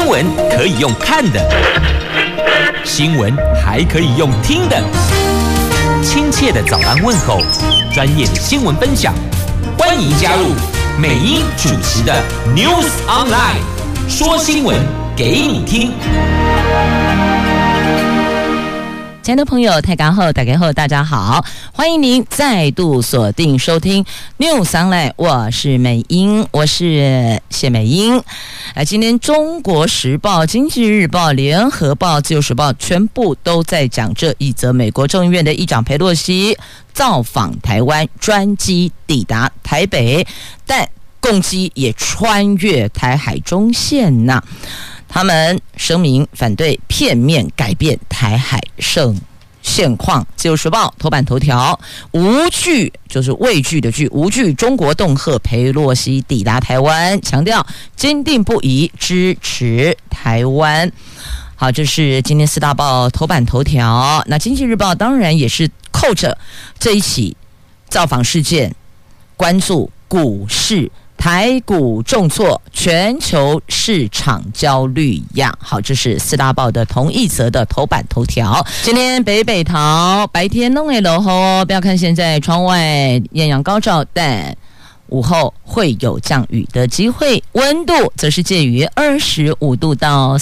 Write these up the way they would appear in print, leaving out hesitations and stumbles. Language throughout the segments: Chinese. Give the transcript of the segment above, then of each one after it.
新闻可以用看的，新闻还可以用听的。亲切的早安问候，专业的新闻分享，欢迎加入美英主持的 News Online， 说新闻给你听。 亲爱的朋友，大家好，大家好，欢迎您再度锁定收听 News Online， 我是美英，我是谢美英。今天中国时报、经济日报、联合报、自由时报全部都在讲这一则美国众议院的议长裴洛西造访台湾，专机抵达台北，但共机也穿越台海中线呐。他们声明反对片面改变台海现况。自由时报头版头条，无惧就是畏惧的惧，无惧中国恫吓裴洛西抵达台湾，强调坚定不移支持台湾。好，这是今天四大报头版头条。那经济日报当然也是扣着这一起造访事件，关注股市。台股重挫，全球市场焦虑呀。好，这是四大报的同一则的头版头条。今天北桃白天弄落后，不要看现在窗外艳阳高照，但午后会有降雨的机会，温度则是介于25度到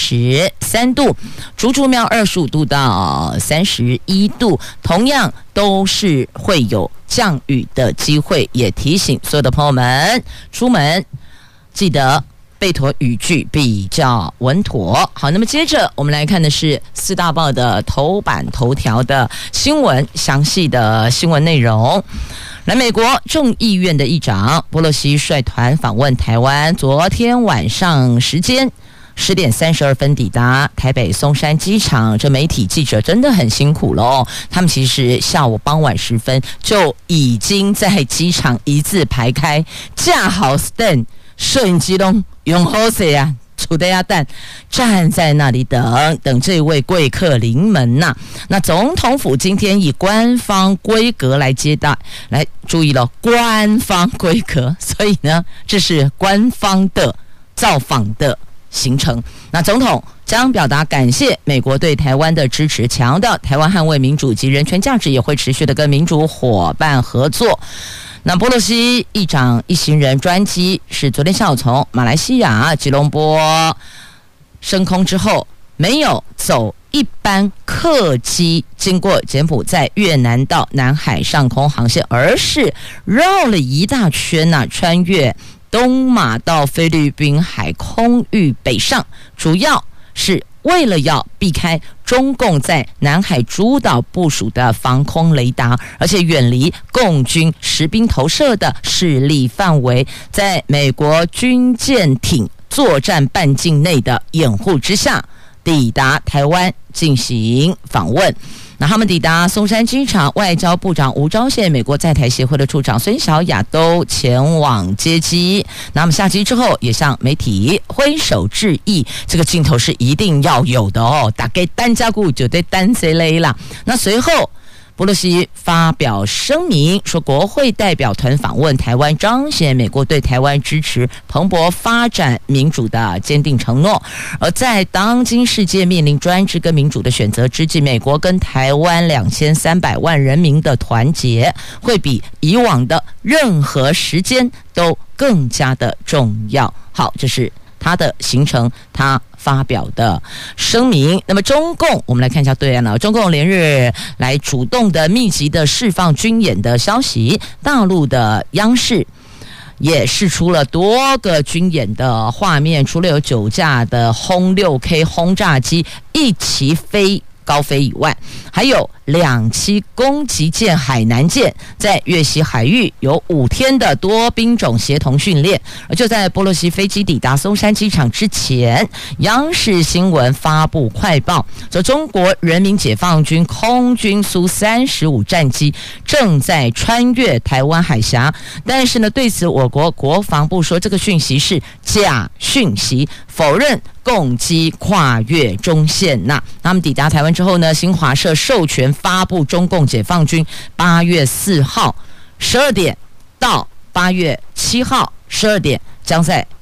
33度，竹竹苗25度到31度，同样都是会有降雨的机会，也提醒所有的朋友们出门记得备妥雨具比较稳妥。好，那么接着我们来看的是四大报的头版头条的新闻，详细的新闻内容。来，美国众议院的议长波洛西率团访问台湾，昨天晚上时间10点32分抵达台北松山机场。这媒体记者真的很辛苦了他们其实下午傍晚时分就已经在机场一字排开，架好 stand， 摄影机都用好势啊，楚的鸭蛋站在那里等这位贵客临门呐。那总统府今天以官方规格来接待，来注意了，官方规格，所以呢，这是官方的造访的行程。那总统将表达感谢美国对台湾的支持，强调台湾捍卫民主及人权价值，也会持续的跟民主伙伴合作。那波洛西议长一行人专机是昨天下午从马来西亚吉隆坡升空之后，没有走一般客机经过柬埔寨、越南到南海上空航线，而是绕了一大圈穿越东马到菲律宾海空域北上，主要是为了要避开中共在南海诸岛部署的防空雷达，而且远离共军实兵投射的势力范围，在美国军舰艇作战半径内的掩护之下，抵达台湾进行访问。那他们抵达松山机场，外交部长吴钊燮、美国在台协会的处长孙小雅都前往接机。那么下机之后，也向媒体挥手致意，这个镜头是一定要有的大概单家顾就得单谁累啦。那随后波洛西发表声明说，国会代表团访问台湾，彰显美国对台湾支持蓬勃发展民主的坚定承诺。而在当今世界面临专制跟民主的选择之际，美国跟台湾2300万人民的团结，会比以往的任何时间都更加的重要。好，这是他的行程，他发表的声明。那么中共，我们来看一下对岸了。中共连日来主动的密集的释放军演的消息，大陆的央视也释出了多个军演的画面，除了有9架的轰 6K 轰炸机一起高飞以外，还有2栖攻击舰海南舰在越西海域有5天的多兵种协同训练。而就在波洛西飞机抵达松山机场之前，央视新闻发布快报，说中国人民解放军空军苏35战机正在穿越台湾海峡。但是呢，对此我国国防部说，这个讯息是假讯息，否认共机跨越中线。那他们抵达台湾之后呢，新华社授权发布中共解放军8月4号12点到8月7号12点将在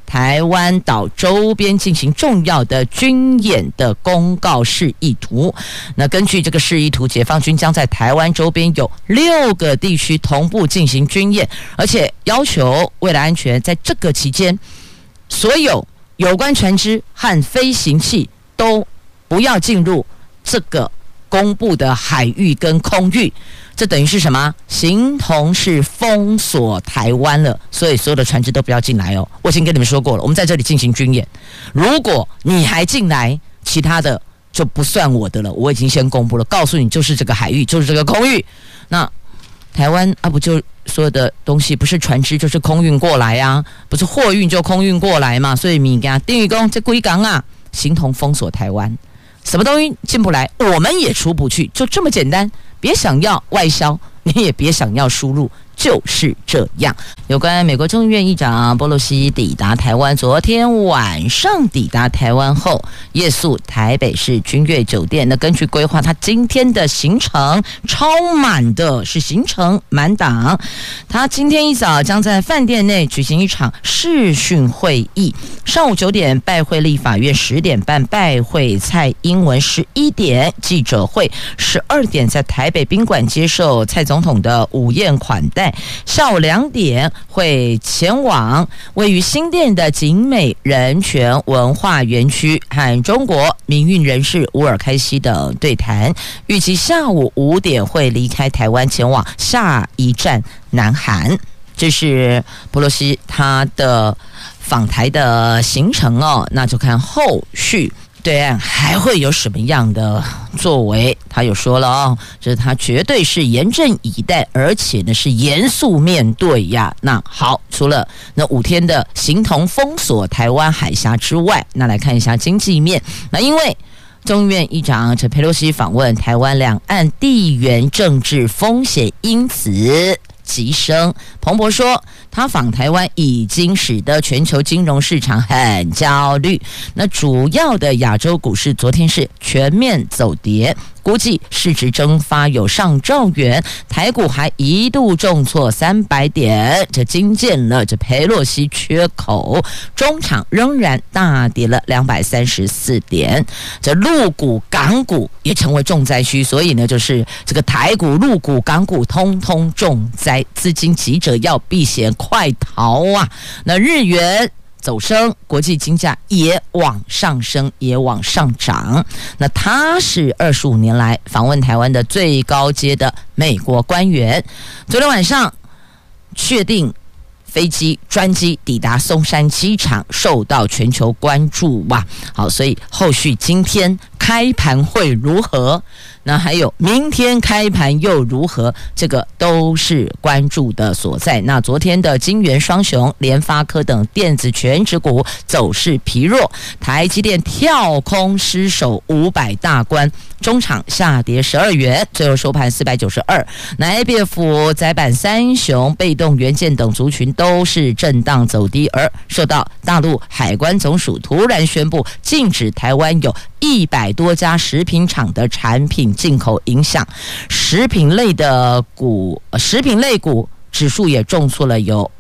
台湾岛周边进行重要的军演的公告示意图。那根据这个示意图，解放军将在台湾周边有6个地区同步进行军演，而且要求为了安全，在这个期间，所有有关船只和飞行器都不要进入这个公布的海域跟空域。这等于是什么？形同是封锁台湾了，所以所有的船只都不要进来哦。我已经跟你们说过了，我们在这里进行军演，如果你还进来，其他的就不算我的了。我已经先公布了，告诉你就是这个海域，就是这个空域。那台湾不就所有的东西不是船只就是空运过来啊，不是货运就空运过来嘛，所以你给他定义讲这几天啊，形同封锁台湾，什么东西进不来，我们也出不去，就这么简单。别想要外销，你也别想要输入，就是这样。有关美国众议院议长波洛西抵达台湾，昨天晚上抵达台湾后，夜宿台北市君悦酒店。那根据规划，他今天的行程超满的，是行程满档。他今天一早将在饭店内举行一场视讯会议，上午9点拜会立法院，10点半拜会蔡英文，11点记者会，12点在台北宾馆接受蔡总统的午宴款待，下午2点会前往位于新店的景美人权文化园区和中国民运人士乌尔开西等对谈，预计下午5点会离开台湾前往下一站南韩。这是波洛西他的访台的行程哦，那就看后续对岸还会有什么样的作为。他有说了哦，这他绝对是严阵以待，而且呢是严肃面对呀。那好，除了那5天的形同封锁台湾海峡之外，那来看一下经济面。那因为众议院议长陈佩洛西访问台湾，两岸地缘政治风险因此急升。彭博说，他访台湾已经使得全球金融市场很焦虑。那主要的亚洲股市昨天是全面走跌，估计市值蒸发有上兆元，台股还一度重挫300点，这惊见了这佩洛西缺口，中场仍然大跌了234点。这陆股、港股也成为重灾区，所以呢，就是这个台股、陆股、港股通通重灾，资金急着要避险，快逃啊！那日元走升，国际金价也往上升，也往上涨。那他是25年来访问台湾的最高阶的美国官员，昨天晚上确定飞机专机抵达松山机场，受到全球关注哇！好，所以后续今天开盘会如何？那还有明天开盘又如何？这个都是关注的所在。那昨天的金元双雄、联发科等电子全指股走势疲弱，台积电跳空失守500大关，中场下跌12元，最后收盘492。那 ABF 载板三雄、被动元件等族群都是震荡走低，而受到大陆海关总署突然宣布禁止台湾有100多家食品厂的产品进口影响，食品类股指数也重挫了有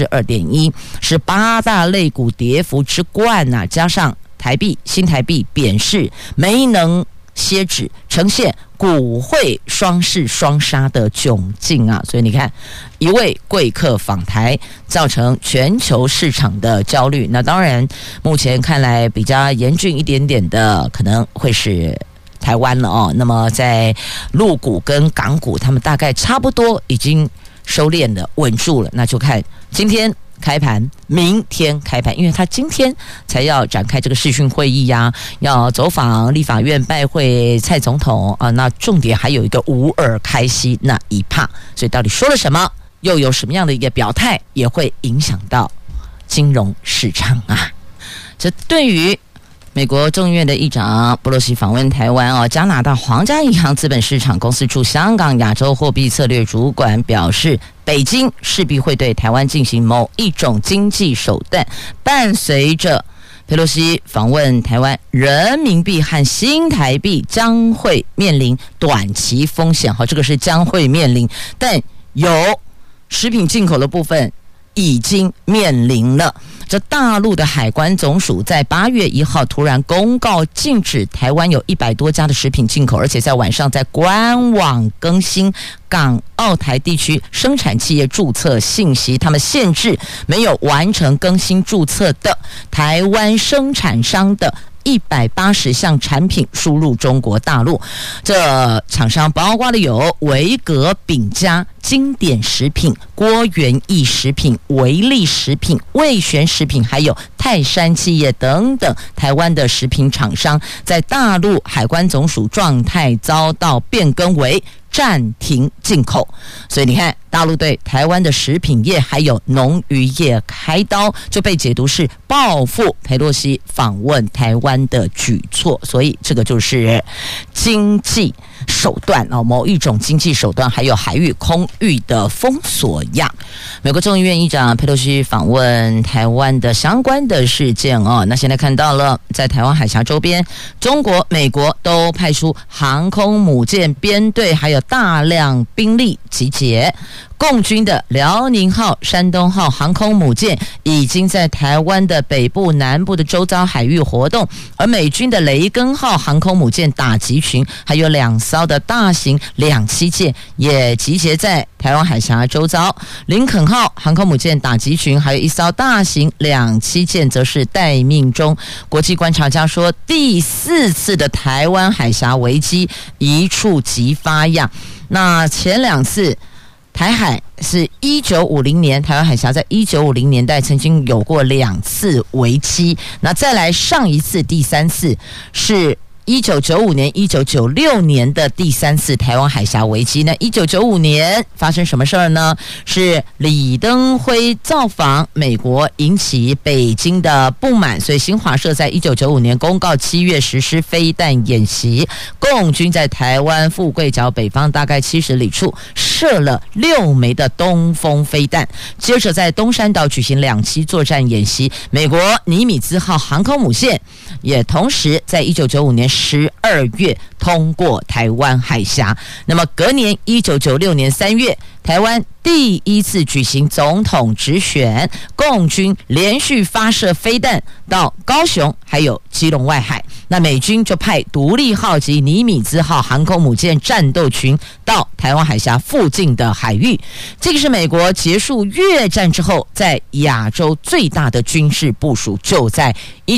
2.1%， 是8大类股跌幅之冠啊，加上新台币贬势没能歇止，呈现股汇双市双杀的窘境啊！所以你看，一位贵客访台，造成全球市场的焦虑。那当然，目前看来比较严峻一点点的，可能会是台湾了哦。那么在陆股跟港股，他们大概差不多已经收敛了、稳住了。那就看今天开盘，明天开盘，因为他今天才要展开这个视讯会议呀，要走访立法院拜会蔡总统啊。那重点还有一个乌尔开西那一趴，所以到底说了什么，又有什么样的一个表态，也会影响到金融市场啊。这对于美国众议院的议长波洛西访问台湾哦，加拿大皇家银行资本市场公司驻香港亚洲货币策略主管表示，北京势必会对台湾进行某一种经济手段。伴随着佩洛西访问台湾，人民币和新台币将会面临短期风险。好，这个是将会面临，但有食品进口的部分已经面临了。 这大陆的海关总署在8月1号突然公告禁止台湾有100多家的食品进口，而且在晚上在官网更新港澳台地区生产企业注册信息，他们限制没有完成更新注册的台湾生产商的180项产品输入中国大陆。这厂商包括了有维格饼家、经典食品、郭元益食品、维力食品、味全食品，还有泰山企业等等台湾的食品厂商，在大陆海关总署状态遭到变更为暂停进口。所以你看，大陆对台湾的食品业还有农渔业开刀，就被解读是报复裴洛西访问台湾的举措。所以这个就是经济手段某一种经济手段，还有海域空域的封锁样。美国众议院议长裴洛西访问台湾的相关的事件那现在看到了，在台湾海峡周边，中国、美国都派出航空母舰编队，还有大量兵力集结。共军的辽宁号、山东号航空母舰已经在台湾的北部、南部的周遭海域活动，而美军的雷根号航空母舰打击群，还有2艘的大型2栖舰也集结在台湾海峡周遭。林肯号航空母舰打击群，还有1艘大型2栖舰则是待命中。国际观察家说，第4次的台湾海峡危机一触即发样。那前2次台海是1950年，台湾海峡在1950年代曾经有过2次危机，那再来上一次第3次是1995年、1996年的第3次台湾海峡危机呢。1995年发生什么事儿呢？是李登辉造访美国，引起北京的不满，所以新华社在1995年公告7月实施飞弹演习，共军在台湾富贵角北方大概70里处射了6枚的东风飞弹，接着在东山岛举行2栖作战演习。美国尼米兹号航空母舰也同时在1995年12月通过台湾海峡。那么隔年1996年3月，台湾第1次举行总统直选，共军连续发射飞弹到高雄还有基隆外海，那美军就派独立号及尼米兹号航空母舰战斗群到台湾海峡附近的海域。这个是美国结束越战之后在亚洲最大的军事部署，就在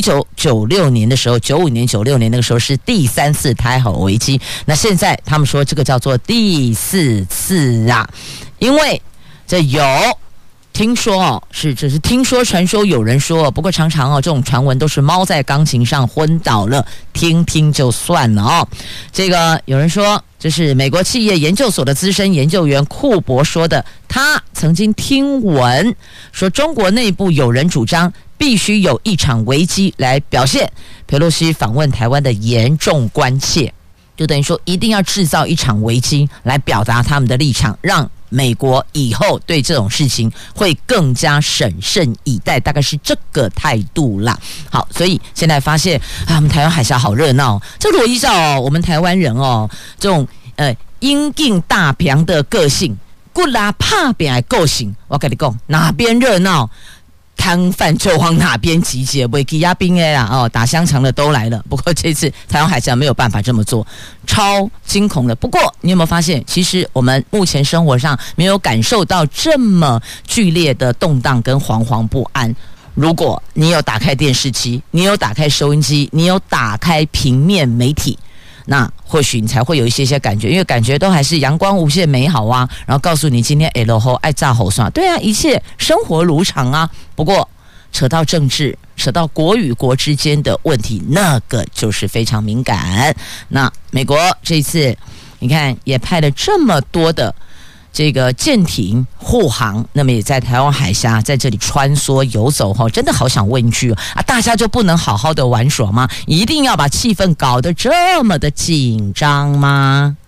1996年的时候，95年、96年那个时候是第3次台海危机。那现在他们说这个叫做第4次啊，因为这有听说只是听说传说，有人说，不过常常这种传闻都是猫在钢琴上昏倒了，听听就算了这个有人说，这是美国企业研究所的资深研究员库珀说的，他曾经听闻说中国内部有人主张必须有一场危机来表现裴洛西访问台湾的严重关切，就等于说一定要制造一场危机来表达他们的立场，让美国以后对这种事情会更加审慎以待，大概是这个态度啦。好，所以现在发现我们台湾海峡好热闹，这如果依照我们台湾人这种英劲大平的个性，骨拉怕扁的个性，我跟你讲，哪边热闹摊贩就往哪边集结，不会给压兵的啦打香肠的都来了。不过这次台湾海峡没有办法这么做，超惊恐的。不过你有没有发现，其实我们目前生活上没有感受到这么剧烈的动荡跟惶惶不安。如果你有打开电视机，你有打开收音机，你有打开平面媒体，那或许你才会有一些感觉，因为感觉都还是阳光无限美好啊，然后告诉你今天后爱炸吼算，对啊，一切生活如常啊。不过扯到政治，扯到国与国之间的问题，那个就是非常敏感。那美国这次你看也派了这么多的这个舰艇护航，那么也在台湾海峡在这里穿梭游走真的好想问一句大家就不能好好的玩耍吗？一定要把气氛搞得这么的紧张吗？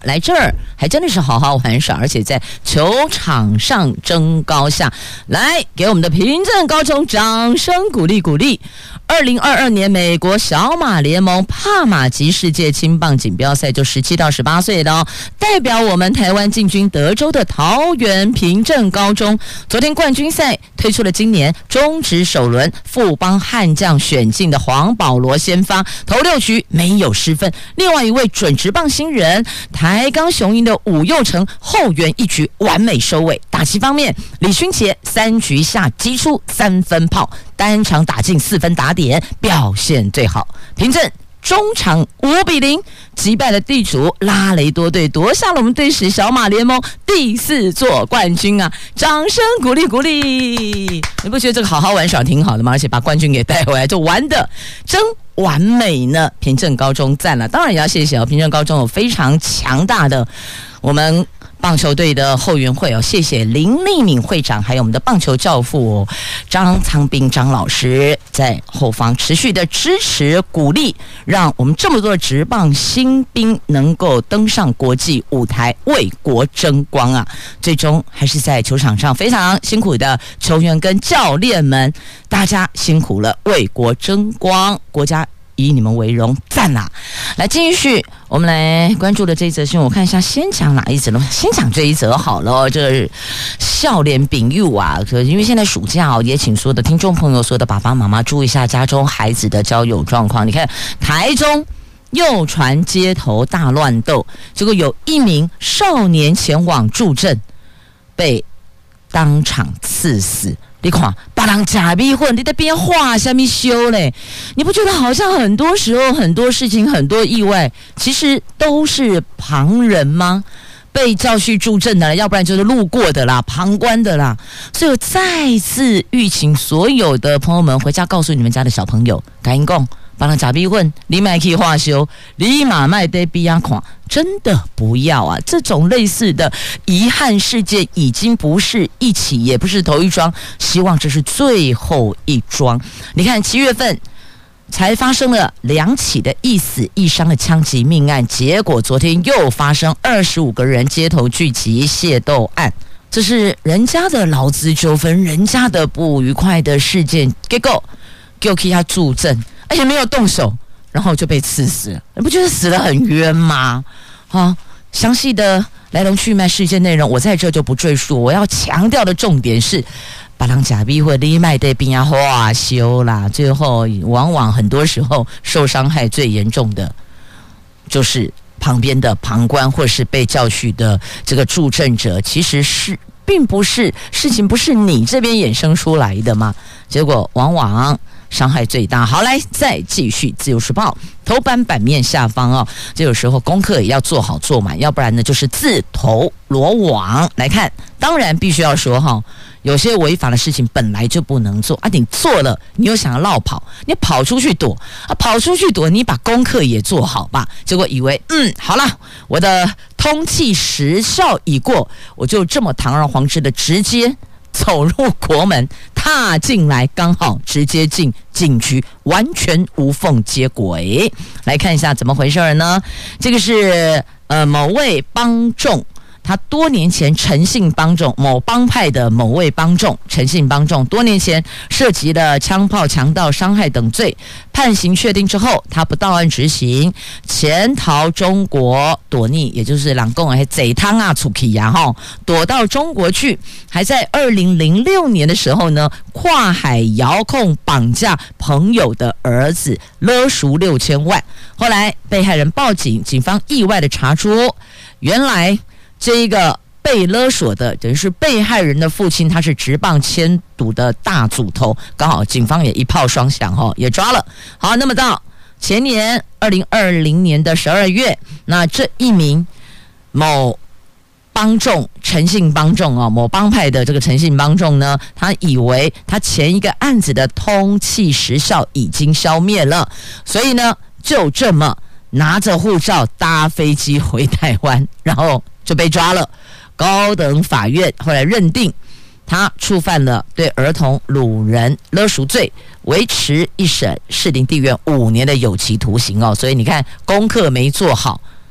来这儿还真的是好好玩耍，而且在球场上争高下。来，给我们的平镇高中掌声鼓励鼓励。2022年美国小马联盟帕马级世界青棒锦标赛就17到18岁的代表我们台湾进军德州的桃园平镇高中，昨天冠军赛推出了今年中职首轮富邦悍将选进的黄保罗先发，头6局没有失分。另外一位准职棒新人台钢雄鹰的武佑成后援1局完美收尾。打击方面，李勋杰3局下击出3分炮，单场打进4分打点，表现最好。平镇中场5比0击败了地主拉雷多队，夺下了我们队史小马联盟第4座冠军啊！掌声鼓励鼓励！你不觉得这个好好玩耍挺好的吗？而且把冠军给带回来，就玩的真完美呢！平镇高中赞了，当然也要谢谢平镇高中有非常强大的我们棒球队的后援会谢谢林立敏会长，还有我们的棒球教父张苍斌张老师在后方持续的支持鼓励，让我们这么多的职棒新兵能够登上国际舞台，为国争光啊！最终还是在球场上非常辛苦的球员跟教练们，大家辛苦了，为国争光，国家以你们为荣，赞啊！来继续，我们来关注的这一则新闻，我看一下先讲哪一则呢？先讲这一则好了，这少年朋友啊，因为现在暑假也请所有的听众朋友、所有的爸爸妈妈注意一下家中孩子的交友状况。你看，台中又传街头大乱斗，结果有1名少年前往助阵，被当场刺死。你看，别人假逼混，你在边画下面修嘞？你不觉得好像很多时候很多事情很多意外，其实都是旁人吗？被叫去助阵的，要不然就是路过的啦，旁观的啦。所以我再次预请所有的朋友们回家告诉你们家的小朋友，赶紧讲。把人假逼混，你买去化修，你马卖得比亚款，真的不要啊！这种类似的遗憾事件已经不是一起，也不是头一桩，希望这是最后一桩。你看7月份才发生了2起的1死1伤的枪击命案，结果昨天又发生25个人街头聚集械斗案，这是人家的劳资纠纷，人家的不愉快的事件，结果就给他助阵。而且没有动手，然后就被刺死了，你不觉得死得很冤吗？详细的来龙去脉事件内容我在这就不赘述，我要强调的重点是把人假逼或你卖的边化修啦，最后往往很多时候受伤害最严重的就是旁边的旁观或是被教训的这个助阵者，其实是并不是事情不是你这边衍生出来的嘛，结果往往伤害最大。好，来再继续，自由时报头版版面下方这有时候功课也要做好做满，要不然呢就是自投罗网。来看，当然必须要说有些违法的事情本来就不能做啊，你做了，你又想要落跑，你跑出去躲跑出去躲，你把功课也做好吧。结果以为好了，我的通缉时效已过，我就这么堂而皇之的直接走入国门，踏进来，刚好直接进警局，完全无缝接轨。来看一下怎么回事呢？这个是某位帮众，他多年前陈姓帮众，某帮派的某位帮众，陈姓帮众多年前涉及了枪炮、强盗、伤害等罪，判刑确定之后，他不到案执行，潜逃中国躲匿，也就是人讲的贼汤啊出去呀躲到中国去，还在2006年的时候呢，跨海遥控绑架朋友的儿子，勒赎6000万。后来被害人报警，警方意外的查出，原来这个被勒索的等于是被害人的父亲，他是职棒牵赌的大组头，刚好警方也一炮双响也抓了。好，那么到前年2020年的12月，那这一名某帮众，陈姓帮众某帮派的这个陈姓帮众呢，他以为他前一个案子的通缉时效已经消灭了，所以呢就这么拿着护照搭飞机回台湾，然后就被抓了。高等法院后来认定他触犯了对儿童掳人勒赎罪，维持一审，士林地院5年的有期徒刑所以你看，功课没做好，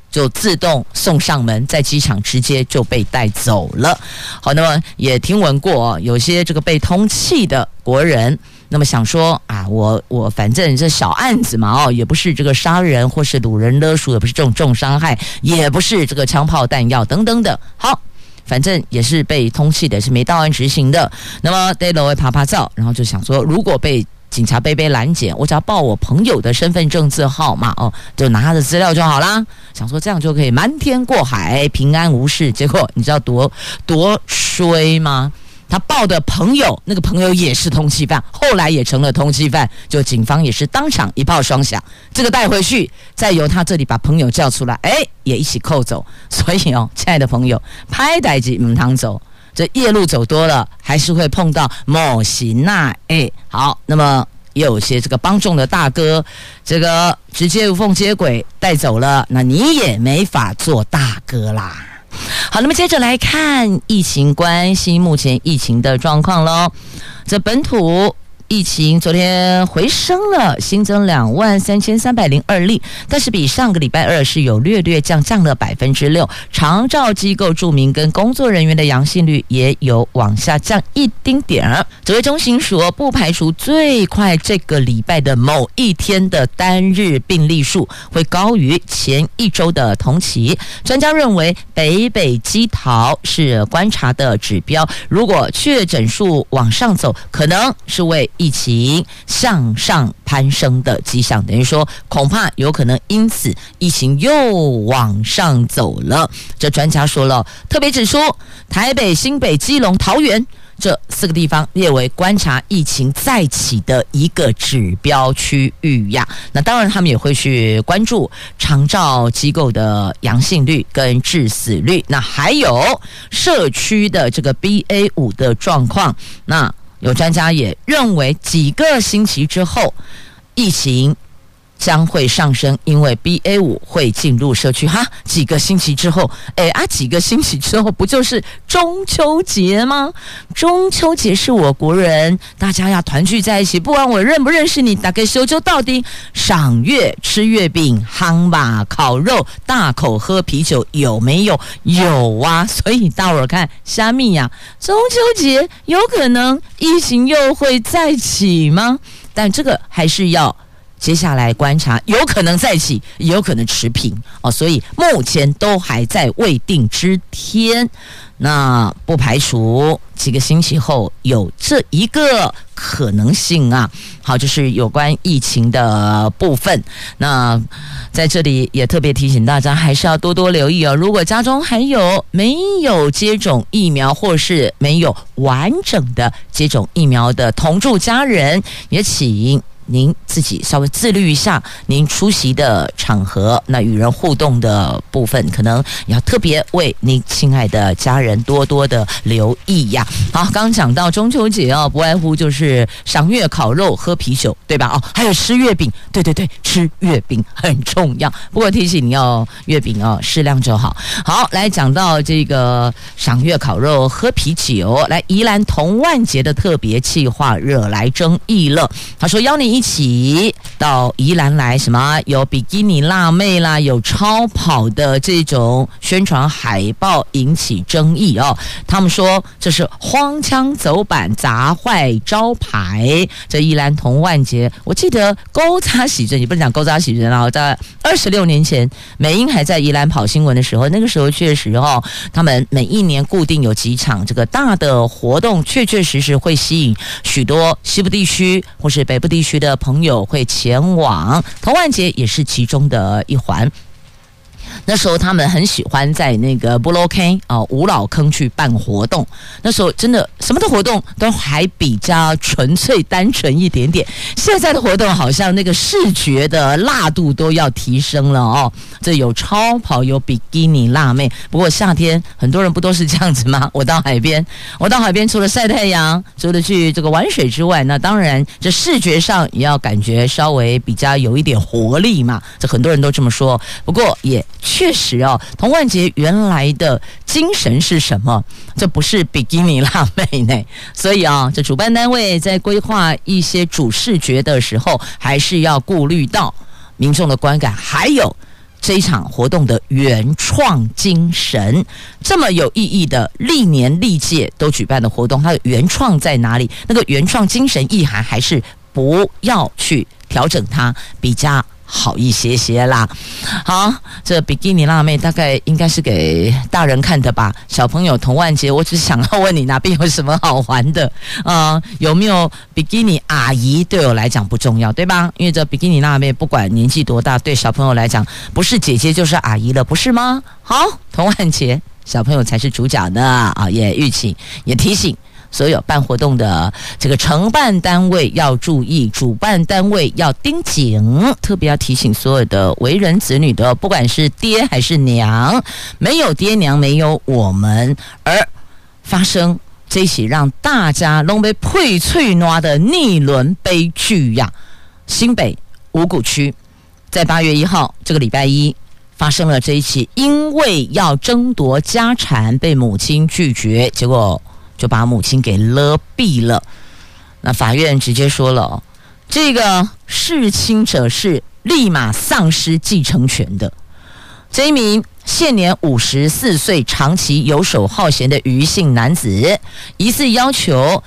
就自动送上门，在机场直接就被带走了。好，那么也听闻过有些这个被通缉的国人，那么想说啊，我反正这小案子嘛，也不是这个杀人或是掳人勒赎，也不是这种重伤害，也不是这个枪炮弹药等等的。好，反正也是被通缉的，是没到案执行的。那么在楼会爬爬照，然后就想说，如果被警察被拦截，我只要报我朋友的身份证字号码就拿他的资料就好啦。想说这样就可以瞒天过海，平安无事。结果你知道多衰吗？他报的朋友，那个朋友也是通缉犯，后来也成了通缉犯，就警方也是当场一炮双响，这个带回去，再由他这里把朋友叫出来，也一起扣走。所以亲爱的朋友，拍代志唔通走。这夜路走多了，还是会碰到某型啊！好，那么也有些这个帮众的大哥，这个直接无缝接轨带走了，那你也没法做大哥啦。好，那么接着来看疫情关系目前疫情的状况咯。这本土疫情昨天回升了，新增23302例，但是比上个礼拜二是有略降了 6%。长照机构住民跟工作人员的阳性率也有往下降一丁点儿。指挥中心说，不排除最快这个礼拜的某一天的单日病例数会高于前一周的同期。专家认为，北基桃是观察的指标，如果确诊数往上走，可能是为疫情向上攀升的迹象，等于说恐怕有可能因此疫情又往上走了。这专家说了，特别指出台北、新北、基隆、桃园这4个地方列为观察疫情再起的一个指标区域呀。那当然他们也会去关注长照机构的阳性率跟致死率，那还有社区的这个 BA5 的状况。那有专家也认为，几个星期之后，疫情将会上升，因为 BA5 会进入社区。几个星期之后，几个星期之后不就是中秋节吗？中秋节是我国人大家要团聚在一起，不管我认不认识你，大概修就到底。赏月、吃月饼、夯吧、烤肉、大口喝啤酒，有没有？有啊！所以大伙儿看虾米呀，中秋节有可能疫情又会再起吗？但这个还是要接下来观察，有可能再起，也有可能持平所以目前都还在未定之天。那不排除几个星期后有这一个可能性啊。好，就是有关疫情的部分。那在这里也特别提醒大家，还是要多多留意如果家中还有没有接种疫苗，或是没有完整的接种疫苗的同住家人，也请您自己稍微自律一下，您出席的场合，那与人互动的部分，可能也要特别为您亲爱的家人多多的留意呀。好，刚刚讲到中秋节不外乎就是赏月、烤肉、喝啤酒，对吧？还有吃月饼，对，吃月饼很重要。不过提醒你月饼适量就好。好，来讲到这个赏月、烤肉、喝啤酒，来宜兰童万节的特别企划惹来争议了。他说邀你一起到宜兰来，什么有比基尼辣妹啦，有超跑的这种宣传海报引起争议他们说这是荒腔走板，砸坏招牌。这宜兰童万节，我记得勾扎喜珍，也不能讲勾扎喜珍在26年前，美英还在宜兰跑新闻的时候，那个时候确实他们每一年固定有几场这个大的活动，确实会吸引许多西部地区或是北部地区的朋友会前往，童万节也是其中的一环。那时候他们很喜欢在那个布洛坑五老坑去办活动，那时候真的什么的活动都还比较纯粹单纯一点点。现在的活动好像那个视觉的辣度都要提升了这有超跑，有比基尼辣妹。不过夏天很多人不都是这样子吗？我到海边除了晒太阳，除了去这个玩水之外，那当然这视觉上也要感觉稍微比较有一点活力嘛，这很多人都这么说。不过也确实童万节原来的精神是什么？这不是比基尼辣妹呢。所以这主办单位在规划一些主视觉的时候，还是要顾虑到民众的观感，还有这一场活动的原创精神，这么有意义的历年历届都举办的活动，它的原创在哪里？那个原创精神意涵还是不要去调整它比较好一些啦。好，这比基尼辣妹大概应该是给大人看的吧？小朋友童玩节，我只想要问你哪边有什么好玩的有没有比基尼阿姨？对我来讲不重要，对吧？因为这比基尼辣妹不管年纪多大，对小朋友来讲不是姐姐就是阿姨了，不是吗？好，童玩节小朋友才是主角呢也预警也提醒所有办活动的这个承办单位要注意，主办单位要盯紧，特别要提醒所有的为人子女的，不管是爹还是娘，没有爹娘没有我们，而发生这一起让大家都被配脆挪的逆轮悲剧呀！新北五股区在8月1号这个礼拜一发生了这一起，因为要争夺家产被母亲拒绝，结果就把母亲给勒毙了。那法院直接说了，这个弑亲者是立马丧失继承权的。这一名现年54岁、长期游手好闲的余姓男子，疑似要求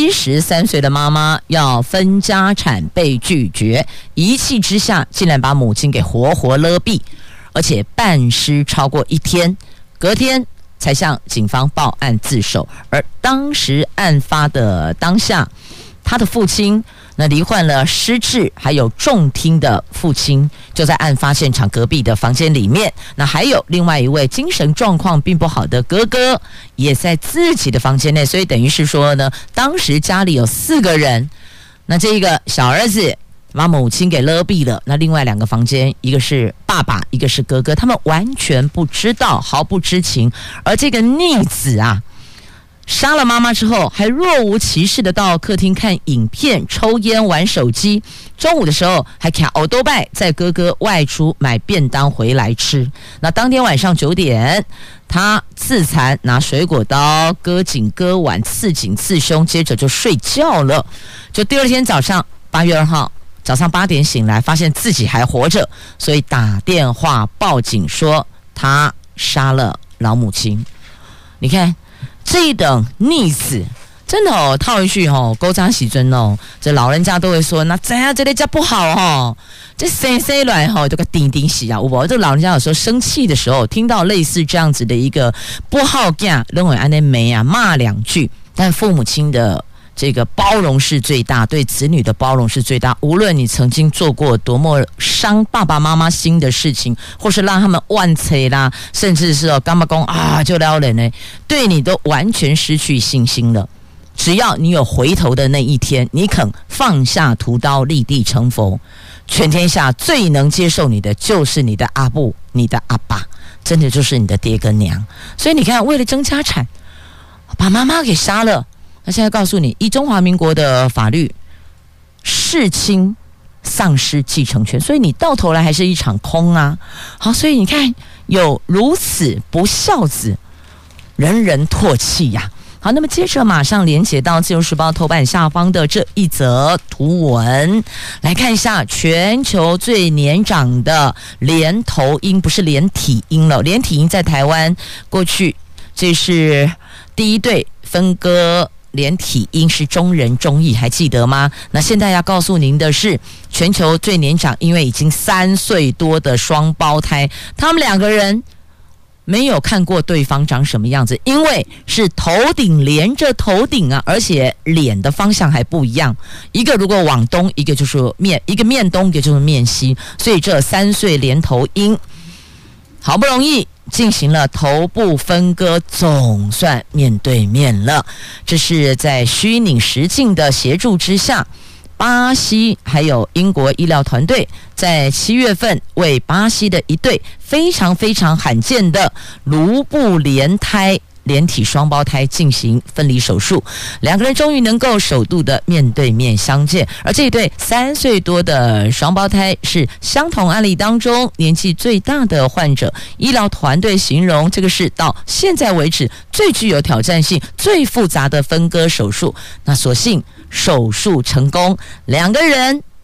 73岁的妈妈要分家产被拒绝，一气之下竟然把母亲给活活勒毙，而且半尸超过1天，隔天才向警方报案自首。而当时案发的当下，他的父亲那罹患了失智还有重听的父亲就在案发现场隔壁的房间里面，那还有另外一位精神状况并不好的哥哥也在自己的房间内，所以等于是说呢，当时家里有4个人，那这个小儿子把母亲给勒毙了，那另外2个房间，一个是爸爸，一个是哥哥，他们完全不知道，毫不知情。而这个逆子啊，杀了妈妈之后，还若无其事的到客厅看影片、抽烟、玩手机。中午的时候还骑欧多拜载哥哥外出买便当回来吃。那当天晚上9点，他自残，拿水果刀割颈割腕，刺颈刺胸，接着就睡觉了。就第二天早上8月2号早上8点醒来，发现自己还活着，所以打电话报警说他杀了老母亲。你看这一等逆子，真的套一句勾扎喜尊这老人家都会说，那怎样这类家不好这生来这个叮叮喜啊！我这老人家有时候生气的时候，听到类似这样子的一个不好干，认为安内没啊骂2句，但父母亲的这个包容是最大，对子女的包容是最大。无论你曾经做过多么伤爸爸妈妈心的事情，或是让他们万催啦，甚至是干嘛讲就撩人呢，对你都完全失去信心了。只要你有回头的那一天，你肯放下屠刀，立地成佛，全天下最能接受你的就是你的阿布，你的阿爸，真的就是你的爹跟娘。所以你看，为了争家产，把妈妈给杀了。那现在告诉你，以中华民国的法律，弑亲丧失继承权，所以你到头来还是一场空啊。好，所以你看，有如此不孝子，人人唾弃呀。好，那么接着马上连接到自由时报头版下方的这一则图文，来看一下全球最年长的连头鹰，不是连体鹰了，连体鹰在台湾过去这是第一对分割连体鹰是中人中义，还记得吗？那现在要告诉您的是，全球最年长，因为已经3岁多的双胞胎，他们2个人没有看过对方长什么样子，因为是头顶连着头顶啊，而且脸的方向还不一样，一个如果往东，一个就是一个面东，一个就是面西，所以这3岁连头鹰好不容易进行了头部分割，总算面对面了。这是在虚拟实境的协助之下，巴西还有英国医疗团队在7月份为巴西的一对非常非常罕见的颅部连胎连体双胞胎进行分离手术，2个人终于能够首度的面对面相见。而这一对3岁多的双胞胎是相同案例当中年纪最大的患者，医疗团队形容这个是到现在为止最具有挑战性、最复杂的分割手术。那所幸手术成功，2个人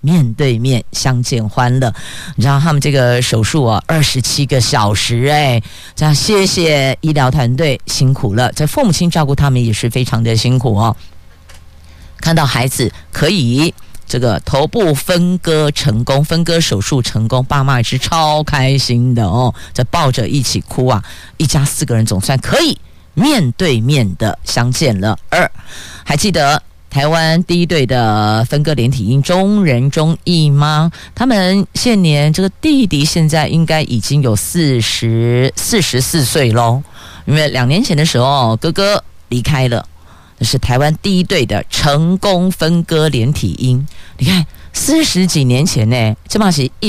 面对面相见欢了。你知道他们这个手术啊，27个小时这样谢谢医疗团队辛苦了，这父母亲照顾他们也是非常的辛苦哦。看到孩子可以这个头部分割成功，分割手术成功，爸妈也是超开心的哦，这抱着一起哭啊，一家4个人总算可以面对面的相见了。还记得台湾第一队的分割连体婴中仁中义吗？他们现年这个弟弟现在应该已经有44岁咯，因为2年前的时候哥哥离开了，这是台湾第一队的成功分割连体婴。你看40几年前呢，这嘛是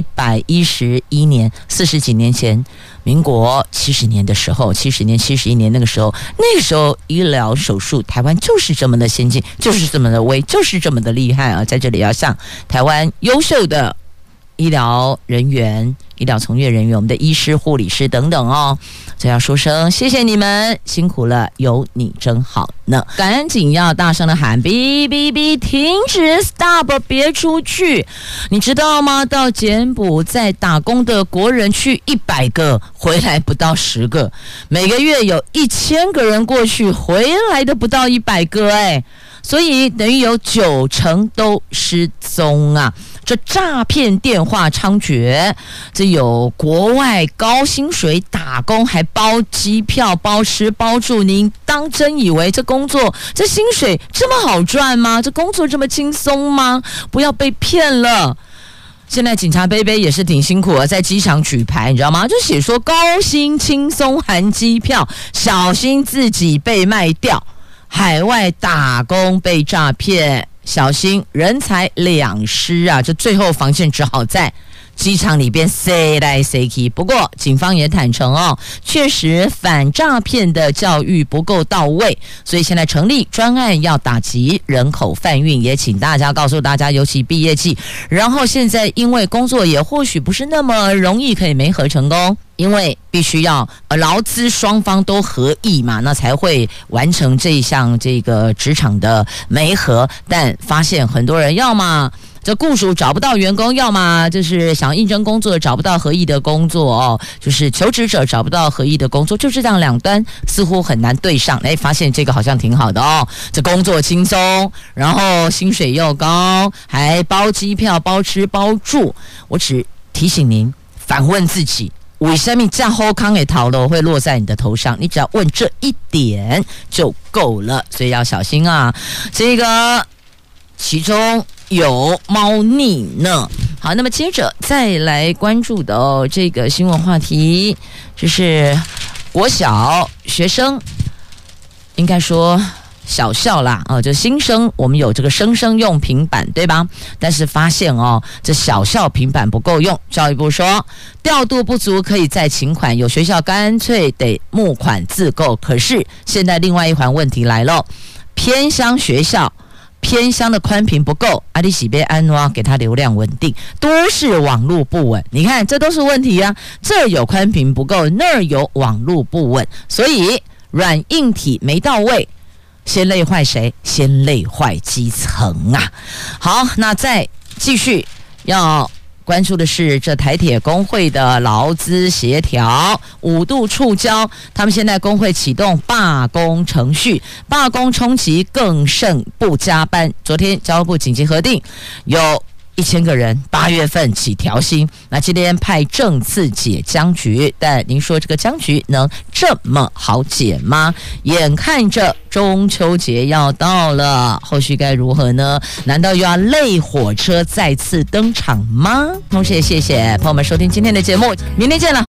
111年，40几年前，民国70年的时候，70年、71年那个时候医疗手术台湾就是这么的先进，就是这么的威，就是这么的厉害啊！在这里要向台湾优秀的医疗人员、医疗从业人员，我们的医师、护理师等等哦，这要说声谢谢你们，辛苦了，有你真好呢！赶紧要大声的喊哔哔哔，停止 stop， 别出去！你知道吗？到柬埔寨打工的国人去100个，回来不到10个，每个月有1000个人过去，回来的不到100个所以等于有90%都失踪啊！这诈骗电话猖獗，这有国外高薪水打工，还包机票、包吃、包住，您当真以为这工作、这薪水这么好赚吗？这工作这么轻松吗？不要被骗了！现在警察贝贝也是挺辛苦的，在机场举牌，你知道吗？就写说高薪轻松含机票，小心自己被卖掉。海外打工被诈骗，小心人财两失啊！这最后防线只好在机场里边塞来塞去。不过警方也坦诚确实反诈骗的教育不够到位，所以现在成立专案要打击人口贩运，也请大家告诉大家，尤其毕业季，然后现在因为工作也或许不是那么容易可以媒合成功，因为必须要劳资双方都合意嘛，那才会完成这一项这个职场的媒合。但发现很多人要么这雇主找不到员工，要么就是想应征工作找不到合意的工作就是求职者找不到合意的工作，就是这样两端似乎很难对上。发现这个好像挺好的这工作轻松，然后薪水又高，还包机票、包吃、包住。我只提醒您反问自己，为什么这样好康的头颅会落在你的头上？你只要问这一点就够了，所以要小心啊！这个其中有猫腻呢。好，那么接着再来关注的这个新闻话题，就是国小学生，应该说小校啦就新生，我们有这个生用平板对吧？但是发现这小校平板不够用，教育部说调度不足可以再请款，有学校干脆得募款自购。可是现在另外一环问题来了，偏乡学校偏乡的宽频不够，你是要安怎给它流量稳定？都市网络不稳，你看这都是问题啊！这有宽频不够，那儿有网络不稳，所以软硬体没到位，先累坏谁？先累坏基层啊！好，那再继续要关注的是这台铁工会的劳资协调5度触礁，他们现在工会启动罢工程序，罢工冲击更胜不加班。昨天教育部紧急核定，有1000个人8月份起调薪，那今天派政次解僵局，但您说这个僵局能这么好解吗？眼看着中秋节要到了，后续该如何呢？难道又要类火车再次登场吗？同时也谢谢朋友们收听今天的节目，明天见了。